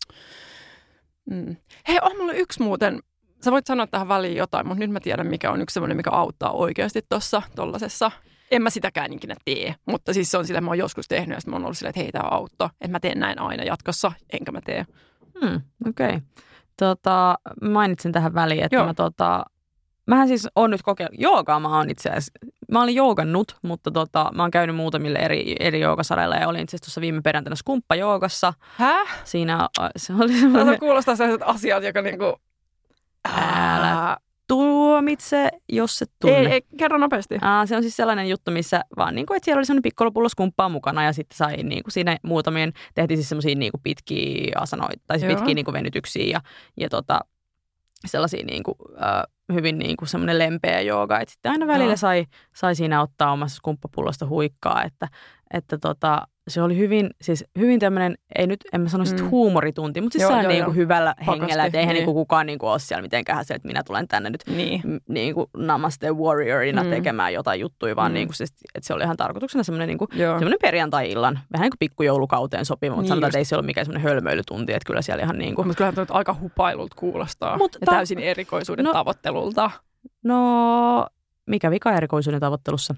Mm. Hei, on mulla yksi muuten, sä voit sanoa tähän väliin jotain, mutta nyt mä tiedän, mikä on yksi semmoinen, mikä auttaa oikeasti tuossa tollasessa. En mä sitäkään ikinä tee, mutta siis se on sille, mä oon joskus tehnyt ja sitten mä oon ollut silleen, että hei, tää auttaa. Että mä teen näin aina jatkossa, enkä mä tee. hmm, okei. Okay. Tota, mainitsin tähän väliin, että Joo. mä tota, mähän siis on nyt kokeillut, joogaa mä oon itse asiassa, mä olin joogannut, mutta tota, mä oon käynyt muutamille eri, eri joogasareilla ja olin itse asiassa tuossa viime perjantaina skumppajoogassa. Häh? Siinä se oli Tämä semmoinen, kuulostaa sellaiset asiat, joka niinku... Älä tuomitse, jos se tunne. Ei, ei, kerro nopeasti. Aa, se on siis sellainen juttu, missä vaan niin kuin, että siellä oli semmoinen pikkulopullo skumppaa mukana ja sitten sai niin kuin siinä muutamien, tehtiin siis semmoisia niin kuin pitkiä asanoita, tai siis Joo. pitkiä niin kuin venytyksiä ja, ja tota, sellaisia niin kuin, äh, hyvin niin kuin semmoinen lempeä jooga. Et sitten aina välillä Joo. sai, sai siinä ottaa omassa skumppapullosta huikkaa, että, että tota, se oli hyvin, siis hyvin tämmöinen, ei nyt, en mä sano sit Mm. huumoritunti, mutta siis Joo, sellainen joo, niin kuin joo. hyvällä Pakasti, hengellä, että eihän niin. niin kuin kukaan niin kuin ole siellä mitenkään se, että minä tulen tänne nyt Niin. m- niin kuin namaste warriorina Mm. tekemään jotain juttuja, vaan Mm. niin kuin se, että se oli ihan tarkoituksena semmoinen, niin kuin, Joo. semmoinen perjantai-illan, vähän niin kuin pikkujoulukauteen sopiva, mutta Niin sanotaan, just. että ei se ole mikään semmoinen hölmöilytunti, että kyllä siellä ihan niin kuin, Mutta kyllähän tuo nyt aika hupailulta kuulostaa. Mut ja ta- täysin erikoisuuden no- tavoittelulta. no mikä vika erikoisuuden tavoittelussa?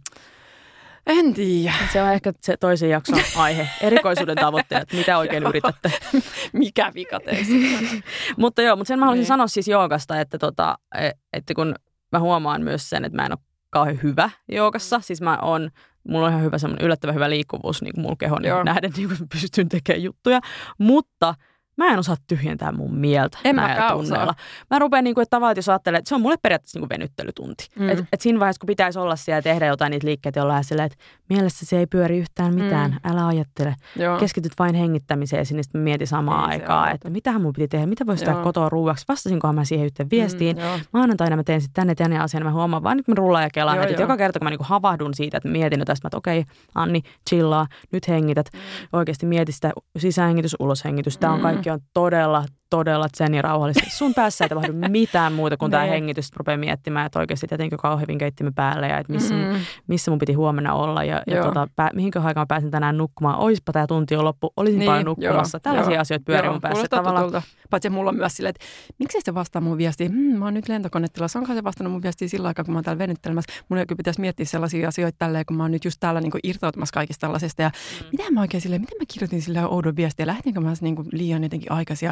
En tiedä. Se on ehkä se toisen jakson aihe, erikoisuuden tavoitteet, mitä oikein yritätte. Mikä vika teissä? Mutta joo, mutta sen mä haluaisin Niin. sanoa siis joogasta, että, tota, e- että kun mä huomaan myös sen, että mä en ole kauhean hyvä joogassa, siis mä oon, mulla on ihan hyvä semmoinen yllättävän hyvä liikkuvuus niin kuin mulla kehon Joo. nähden, niin kuin pystyn tekemään juttuja, mutta mä en osaa tyhjentää mun mieltä En näillä mäkään tunneilla. osaa. Mä rupean niin kuin, että tavallaan, että jos ajattelee, että se on mulle periaatteessa niin kuin venyttelytunti. Mm. Että et siinä vaiheessa, kun pitäisi olla siellä ja tehdä jotain niitä liikkeitä, jolla silleen, että mielessä se ei pyöri yhtään mitään, Mm. älä ajattele. Joo. Keskityt vain hengittämiseen ja sinne sitten mietin samaan Ei se aikaan, auta. että mitähän mun piti tehdä, mitä voisi tehdä Joo. kotoa ruuaksi. Vastasinkohan mä siihen yhteen viestiin. Mm, joo. Maanantaina mä teen sitten tänne tänne asian, mä huomaan vaan, nyt mä rullaan ja kelaan. Joo, Että joo. joka kerta, kun mä niinku havahdun siitä, että mietin jotain, että okei, Anni, chillaa, nyt hengität. Mm. Oikeasti mieti sitä sisähengitys, uloshengitys. Tämä on Mm. kaikki on todella, todella zen ja rauhallista. Sun päässä ei tapahdu mitään muuta kuin tämä Nee. hengitys. Rupeaa miettimään, että oikeasti tietenkin kauhean keittimen päälle ja että missä, Mm-mm. missä mun piti huomenna olla ja, ja Joo. tota, pää, mihinkä aikaan mä pääsin tänään nukkumaan. Oispa tämä tunti jo loppu, olisin Niin, paljon nukkumassa. joo, Tällaisia joo. asioita pyörii Joo, mun päässä. kuulostaa Tavallaan, tutulta. Paitsi mulla on myös silleen, että miksi se vastaa mun viestiin? Hmm, mä oon nyt lentokonetilassa. Onkohan se vastannut mun viestiin sillä aikaa, kun mä oon täällä venyttelemässä? Mun ei kyllä pitäisi miettiä sellaisia asioita tälleen, kun mä oon nyt just täällä niin kuin irtautumassa kaikista tällaisesta. Ja mm. mitä mä oikein silleen, miten mä kirjoitin silleen oudon viestiä? Lähtinkö mä niin kuin liian jotenkin aikaisin?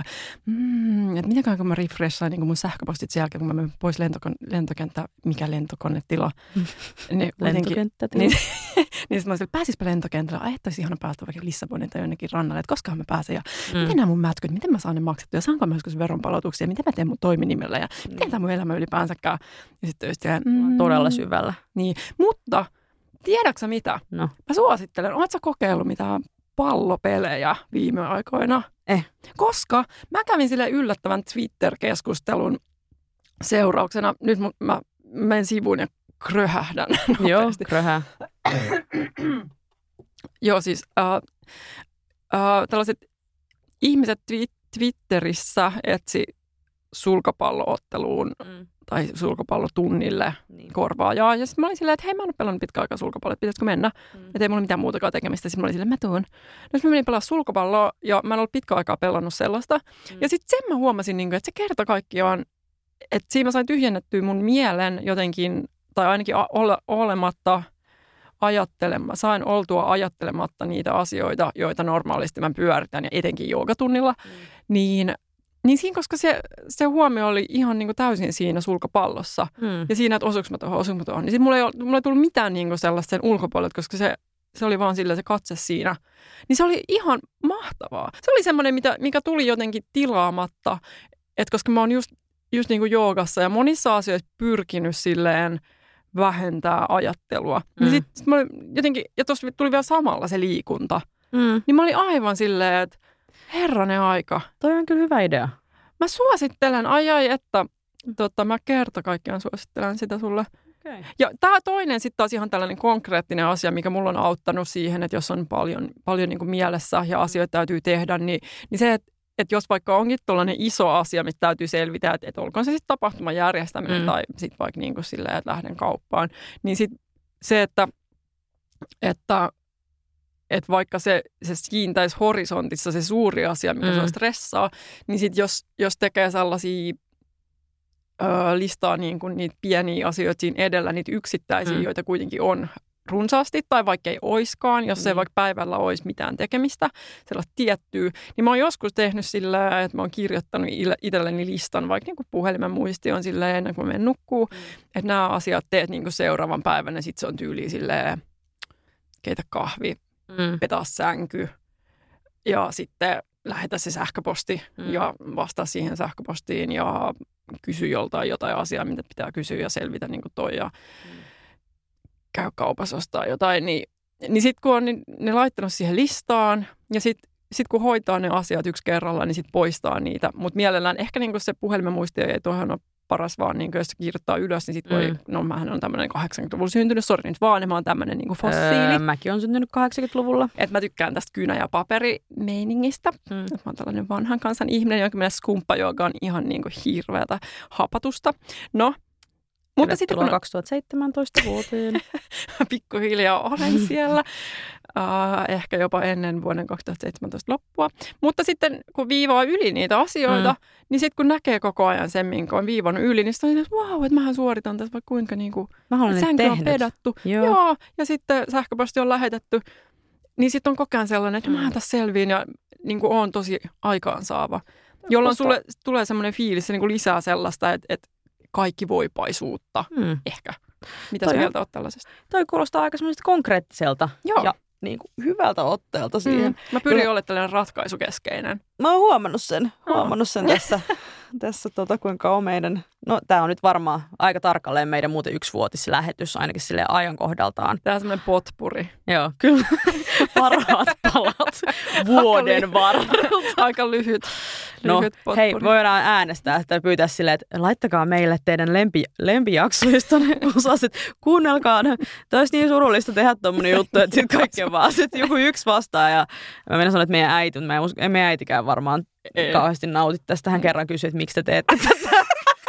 Hmm, että mitenkään kun mä refreshaan niin kuin mun sähköpostit sen jälkeen, kun mä menen pois lentokon- lentokenttä, mikä lentokonetila? niin, lentokenttätila. Niin, niin sitten mä olisin, pääsispä lentokentällä, ai että olisi ihana päästä vaikka Lissabonin tai jonnekin rannalle, että koskahan mä pääsen ja Mm. miten nämä mun mätkyt, miten mä saan ne maksettua ja saanko mä joskus veronpalautuksia, miten mä teen mun toiminimellä ja Mm. miten tämä mun elämä ylipäänsäkään. Ja sitten just silleen, mm, Todella syvällä. Niin, mutta tiedätkö mitä? No. Mä suosittelen, ootko sä kokeillut mitään pallopelejä viime aikoina? Eh. Koska mä kävin sille yllättävän Twitter-keskustelun seurauksena, nyt mun, mä menen sivuun ja kröhähdän Joo, nopeasti. kröhää. Joo, siis äh, äh, tällaiset ihmiset twi- Twitterissä etsi sulkapallootteluun Mm. tai sulkapallotunnille Niin. korvaajaa. Ja sitten mä olin silleen, että hei, mä en ole pelannut pitkä aikaa sulkapalloa, että pitäisikö mennä? Mm. Että ei mulla mitään muutakaan tekemistä. Sitten mä olin silleen, mä tuun. No sitten mä menin pelaa sulkapalloa ja mä en ollut pitkä aikaa pelannut sellaista. Mm. Ja sitten sen mä huomasin, niin kuin, että se kerta kaikkiaan, että siinä mä sain tyhjennettyä mun mielen jotenkin, tai ainakin a- ole, olematta ajattelema, sain oltua ajattelematta niitä asioita, joita normaalisti mä pyöritän ja etenkin joogatunnilla, Mm. niin, niin siinä, koska se, se huomio oli ihan niin kuin täysin siinä sulkapallossa Mm. ja siinä, että osuuko mä tuohon, osuuko mä tuohon, niin sit mulla ei, mulla ei tullut mitään niin kuin sellaista sen ulkopuolelta, koska se, se oli vaan sillä se katse siinä. Niin se oli ihan mahtavaa. Se oli semmoinen, mitä, mikä tuli jotenkin tilaamatta, että koska mä oon just, just niin kuin joogassa ja monissa asioissa pyrkinyt silleen vähentää ajattelua. Mm. Niin sit, sit mä olin jotenkin, ja tuossa tuli vielä samalla se liikunta. Mm. Niin mä olin aivan silleen, että herranen aika. Toi on kyllä hyvä idea. Mä suosittelen, ai ai, että tota, mä kerta kaikkiaan suosittelen sitä sulle. Okay. Ja tämä toinen sitten taas ihan tällainen konkreettinen asia, mikä mulla on auttanut siihen, että jos on paljon, paljon niin kuin mielessä ja asioita täytyy tehdä, niin, niin se, että että jos vaikka onkin tuollainen iso asia, mitä täytyy selvitä, että, että olkoon se sitten tapahtuman järjestäminen mm. tai sitten vaikka niin kuin silleen, että lähden kauppaan, niin sitten se, että, että, että vaikka se, se kiintäisi horisontissa se suuri asia, mikä mm. se stressaa, niin sitten jos, jos tekee sellaisia ö, listaa niin kuin niitä pieniä asioita siinä edellä, niitä yksittäisiä, mm. joita kuitenkin on runsaasti, tai vaikka ei oiskaan, jos mm. ei vaikka päivällä olisi mitään tekemistä, sellaista tiettyä, niin mä oon joskus tehnyt sillä, että mä oon kirjoittanut itselleni listan, vaikka niin kuin puhelimen muistioon silleen, ennen kuin mä menen nukkuu, mm. että nämä asiat teet niin kuin seuraavan päivän, ja sitten se on tyyli silleen, keitä kahvi, mm. petaa sänky, ja sitten lähetä se sähköposti, mm. ja vastaa siihen sähköpostiin, ja kysy joltain jotain asiaa, mitä pitää kysyä, ja selvitä niin kuin toi, ja mm. käy kaupassa ostaa jotain, niin, niin sitten kun on niin, ne laittanut siihen listaan ja sitten sit kun hoitaa ne asiat yksi kerralla, niin sitten poistaa niitä. Mutta mielellään ehkä niinku se puhelimen muistio ei tuohon ole paras, vaan niinku, jos kirjoittaa ylös, niin sitten voi, mm. no mähän on tämmöinen kahdeksankymmentäluvulla syntynyt, sori nyt vaan, mä oon tämmöinen niinku fossiili. Öö, mäkin on syntynyt kahdeksankymmentäluvulla. Et mä tykkään tästä kynä- ja paperimeiningistä. Mm. Mä oon tällainen vanhan kansan ihminen, jonka mielestä skumppajooga on ihan niinku hirveätä hapatusta. No, mutta sitten kun kaksituhattaseitsemäntoista vuoteen. Pikkuhiljaa olen siellä, uh, ehkä jopa ennen vuoden kaksituhattaseitsemäntoista loppua. Mutta sitten kun viivaa yli niitä asioita, mm. niin sitten kun näkee koko ajan sen, minkä on viivannut yli, niin sitten on, että vau, että mähän suoritan tässä vaikka kuinka niinku, sänky on pedattu. Joo. Joo, ja sitten sähköposti on lähetetty. Niin sitten on koko ajan sellainen, että mm. mähän tässä selviin ja niin kuin oon tosi aikaansaava. Jolloin sulle tulee semmoinen fiilis, se niin kuin lisää sellaista, että, että kaikki voipaisuutta hmm. ehkä. Mitä sä mieltä oot tällaisesta? Toi kuulostaa aika semmoiselta konkreettiselta Joo. ja niin kuin hyvältä otteelta siihen. Mm. Mä pyrin olemaan tällainen ratkaisukeskeinen. Mä oon huomannut sen, huomannut sen tässä, tässä tota, kuinka on meidän, no tää on nyt varmaan aika tarkalleen meidän muuten yksivuotislähetys ainakin silleen ajankohdaltaan. Tää on semmoinen potpuri. Joo, kyllä. Parhaat palat vuoden varrelta. Aika lyhyt. No hei, voidaan äänestää, että pyytää silleen, että laittakaa meille teidän lempi, lempijaksoista ne osaset. Kuunnelkaa ne. Tämä olisi niin surullista tehdä tuommoinen juttu, että sitten kaikkea vaan sitten joku yksi vastaa. Ja mä menen sanoa, että meidän äiti, mutta meidän, meidän äitikään varmaan ei kauheasti nauti tästä. Hän kerran kysyi, että miksi te teette tätä.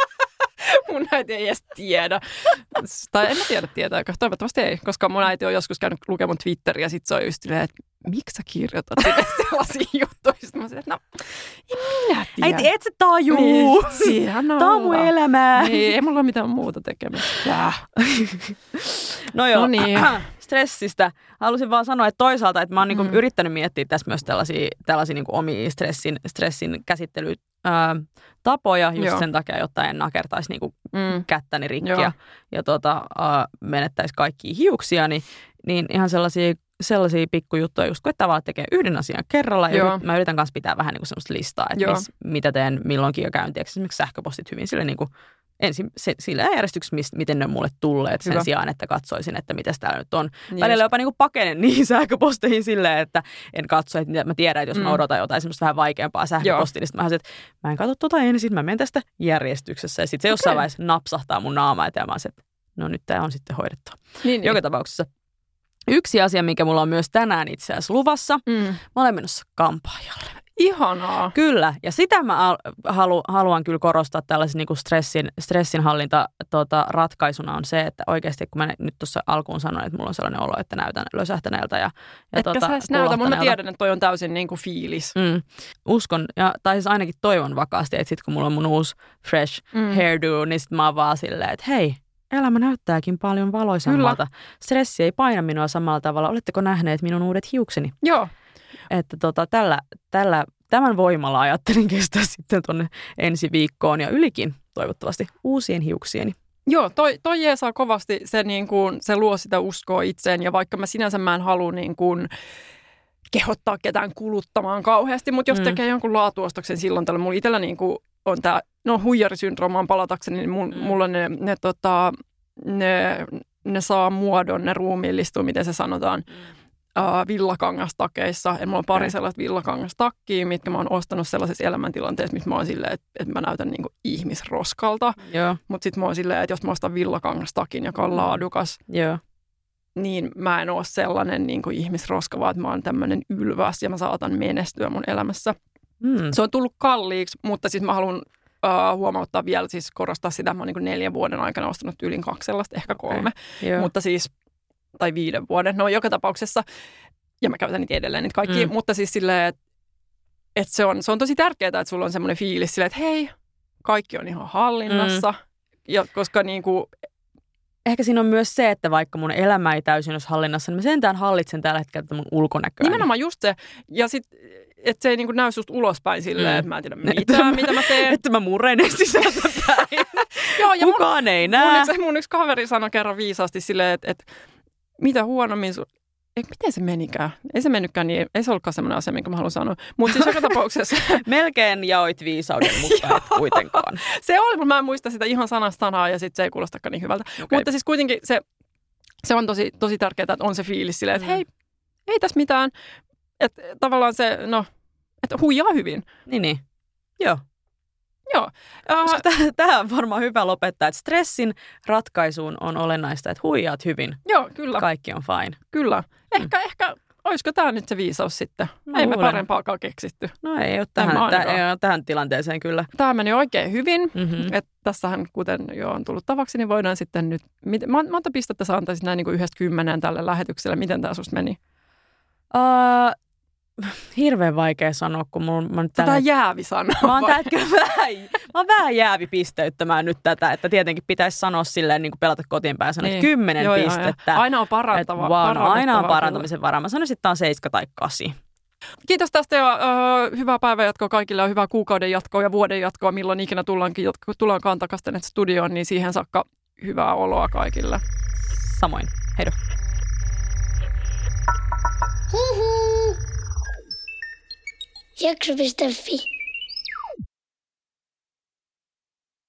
Mun äiti ei edes tiedä. Tai en mä tiedä tietääkö. Toivottavasti ei, koska mun äiti on joskus käynyt lukemaan mun Twitteriä ja sit se on just silleen, että miksi sä kirjoitat sellaisia juttuja? Sitten mä sanoin, että no, en minä tiedä. Äiti, et sä tajuu. Niin, Tää on mun elämää. Niin, ei mulla ole mitään muuta tekemistä. No joo, no niin. Stressistä. Halusin vaan sanoa, että toisaalta, että mä oon mm. niinku yrittänyt miettiä tässä myös tällaisia, tällaisia niinku omia stressin, stressin käsittelytapoja just Joo. sen takia, jotta en nakertaisi niinku mm. kättäni rikki ja, ja tota, uh, menettäisi kaikkia hiuksia, niin, niin ihan sellaisia, sellaisia pikkujuttuja just kun että tavallaan tekee yhden asian kerralla. Ja Joo. mä yritän kanssa pitää vähän niinku semmoista listaa, että mis, mitä teen milloinkin jo käyn. Esimerkiksi sähköpostit hyvin sille niinku ensin se, sillä järjestyksessä, miten ne on mulle tulleet sen Hyvä. Sijaan, että katsoisin, että mitä täällä nyt on. Niin välillä jopa niin kuin pakenen niihin sähköposteihin silleen, että en katso, että mä tiedän, että jos mm. mä odotan jotain semmoista vähän vaikeampaa sähköpostia, niin sitten mä että mä en katso tuota ensin, mä menen tästä järjestyksessä. Ja sitten se okay. jossain vaiheessa napsahtaa mun naamaa eteen, ja mä oon että no nyt tää on sitten hoidettu. Niin, Joka niin. tapauksessa. Yksi asia, mikä mulla on myös tänään itse asiassa luvassa, mm. mä olen menossa kampaajalle. Ihanaa. Kyllä, ja sitä mä al- halu, haluan kyllä korostaa tällaisen niin kuin stressin, stressinhallinta tota, ratkaisuna on se, että oikeasti kun mä nyt tuossa alkuun sanoin, että mulla on sellainen olo, että näytän lösähtäneeltä ja, ja Etkä tota, sä edes näytä, mutta mä tiedän, että toi on täysin niin kuin fiilis. Mm. Uskon, ja, tai siis ainakin toivon vakaasti, että sit kun mulla on mun uusi fresh mm. hairdo, niin sit mä oon vaan silleen, että hei, elämä näyttääkin paljon valoisammalta. Kyllä. Stressi ei paina minua samalla tavalla. Oletteko nähneet minun uudet hiukseni? Joo. Että tota, tällä, tällä, tämän voimalla ajattelin kestää sitten tuonne ensi viikkoon ja ylikin toivottavasti uusien hiuksieni. Joo, toi, toi jeesaa kovasti. Se, niin kuin, se luo sitä uskoa itseen ja vaikka mä sinänsä mä en halua niin kuin kehottaa ketään kuluttamaan kauheasti, mutta jos mm. tekee jonkun laatuostoksen silloin tällä, mulla itsellä niin kuin on tämä, no huijarisyndroomaan palatakseni, niin mulla, mm. mulla ne, ne, tota, ne, ne saa muodon, ne ruumiillistuu, miten se sanotaan. Mm. äh, villakangastakeissa. Ja mulla on pari okay. sellaista villakangastakkia, mitkä mä oon ostanut sellaisessa elämäntilanteessa, missä mä oon silleen, että, että mä näytän niin kuin ihmisroskalta. Mutta sitten mä oon silleen, että jos mä ostan villakangastakin, joka on laadukas, Joo. niin mä en ole sellainen niin kuin ihmisroska, vaan että mä oon tämmöinen ylväs ja mä saatan menestyä mun elämässä. Mm. Se on tullut kalliiksi, mutta siis mä haluan uh, huomauttaa vielä, siis korostaa sitä, että mä oon niin kuin neljän vuoden aikana ostanut yli kaksi sellaista, ehkä kolme, okay. mutta siis, tai viiden vuoden, no joka tapauksessa, ja mä käytän niitä edelleen niitä kaikki, mm. mutta siis silleen, että, että se, on, se on tosi tärkeää, että sulla on semmoinen fiilis silleen, että hei, kaikki on ihan hallinnassa, mm. ja koska niin kuin, ehkä siinä on myös se, että vaikka mun elämä ei täysin olisi hallinnassa, niin mä sentään hallitsen tällä hetkellä mun ulkonäköä. Nimenomaan just se. Ja sitten, että se ei niinku näy susta ulospäin silleen, mm. että mä en tiedä mitään, mitä mä teen. Että mä murenen sisältäpäin. Joo, ja kukaan mun, ei näe. Mun yksi, mun yksi kaveri sanoi kerran viisaasti silleen, että, että mitä huonommin sun... Ei, miten se menikään? Ei se mennytkään niin, ei se ollutkaan semmoinen asia, minkä mä haluan sanoa. Mutta siis joka tapauksessa... Melkein jaoit viisauden, mutta et kuitenkaan. Se oli, mutta mä en muista sitä ihan sanasta sanaa ja sitten se ei kuulostakaan niin hyvältä. Okay. Mutta siis kuitenkin se, se on tosi, tosi tärkeää, että on se fiilis silleen, että mm. hei, ei tässä mitään. Että tavallaan se, no, että huijaa hyvin. Niin, niin. Joo. Joo. Uh, Tähän on varmaan hyvä lopettaa, että stressin ratkaisuun on olennaista, että huijaat hyvin. Joo, kyllä. Kaikki on fine. Kyllä. Ehkä, mm. ehkä, olisiko tämä nyt se viisaus sitten? No, ei me parempaakaan keksitty. No ei ole tähän, tä, ei ole tähän tilanteeseen kyllä. Tämä meni oikein hyvin. Mm-hmm. Että tässähän, kuten jo on tullut tavaksi, niin voidaan sitten nyt... Monta pistettä sä antaisit näin niin kuin yhdestä kymmeneen tälle lähetykselle? Miten tämä susta meni? Uh, Hirveän vaikea sanoa, kun mun, mä nyt tällä... Tätä jäävi sanoa. Mä oon, vähän, mä oon vähän jäävi pisteyttämään nyt tätä, että tietenkin pitäisi sanoa silleen, niin kuin pelata kotiin päin, sanoa, niin. että kymmenen joo, pistettä. Joo, aina on parantava. Että, wow, no, aina on parantamisen varaa. Mä sanoisin, että tämä on seitsemän tai kahdeksan. Kiitos tästä ja uh, hyvää päivänjatkoa kaikille ja hyvää kuukauden jatkoa ja vuoden jatkoa, milloin ikinä tullaankin, tullaankaan takaisin tänne studioon, niin siihen saakka hyvää oloa kaikille. Samoin. Heido. Jakso piste fi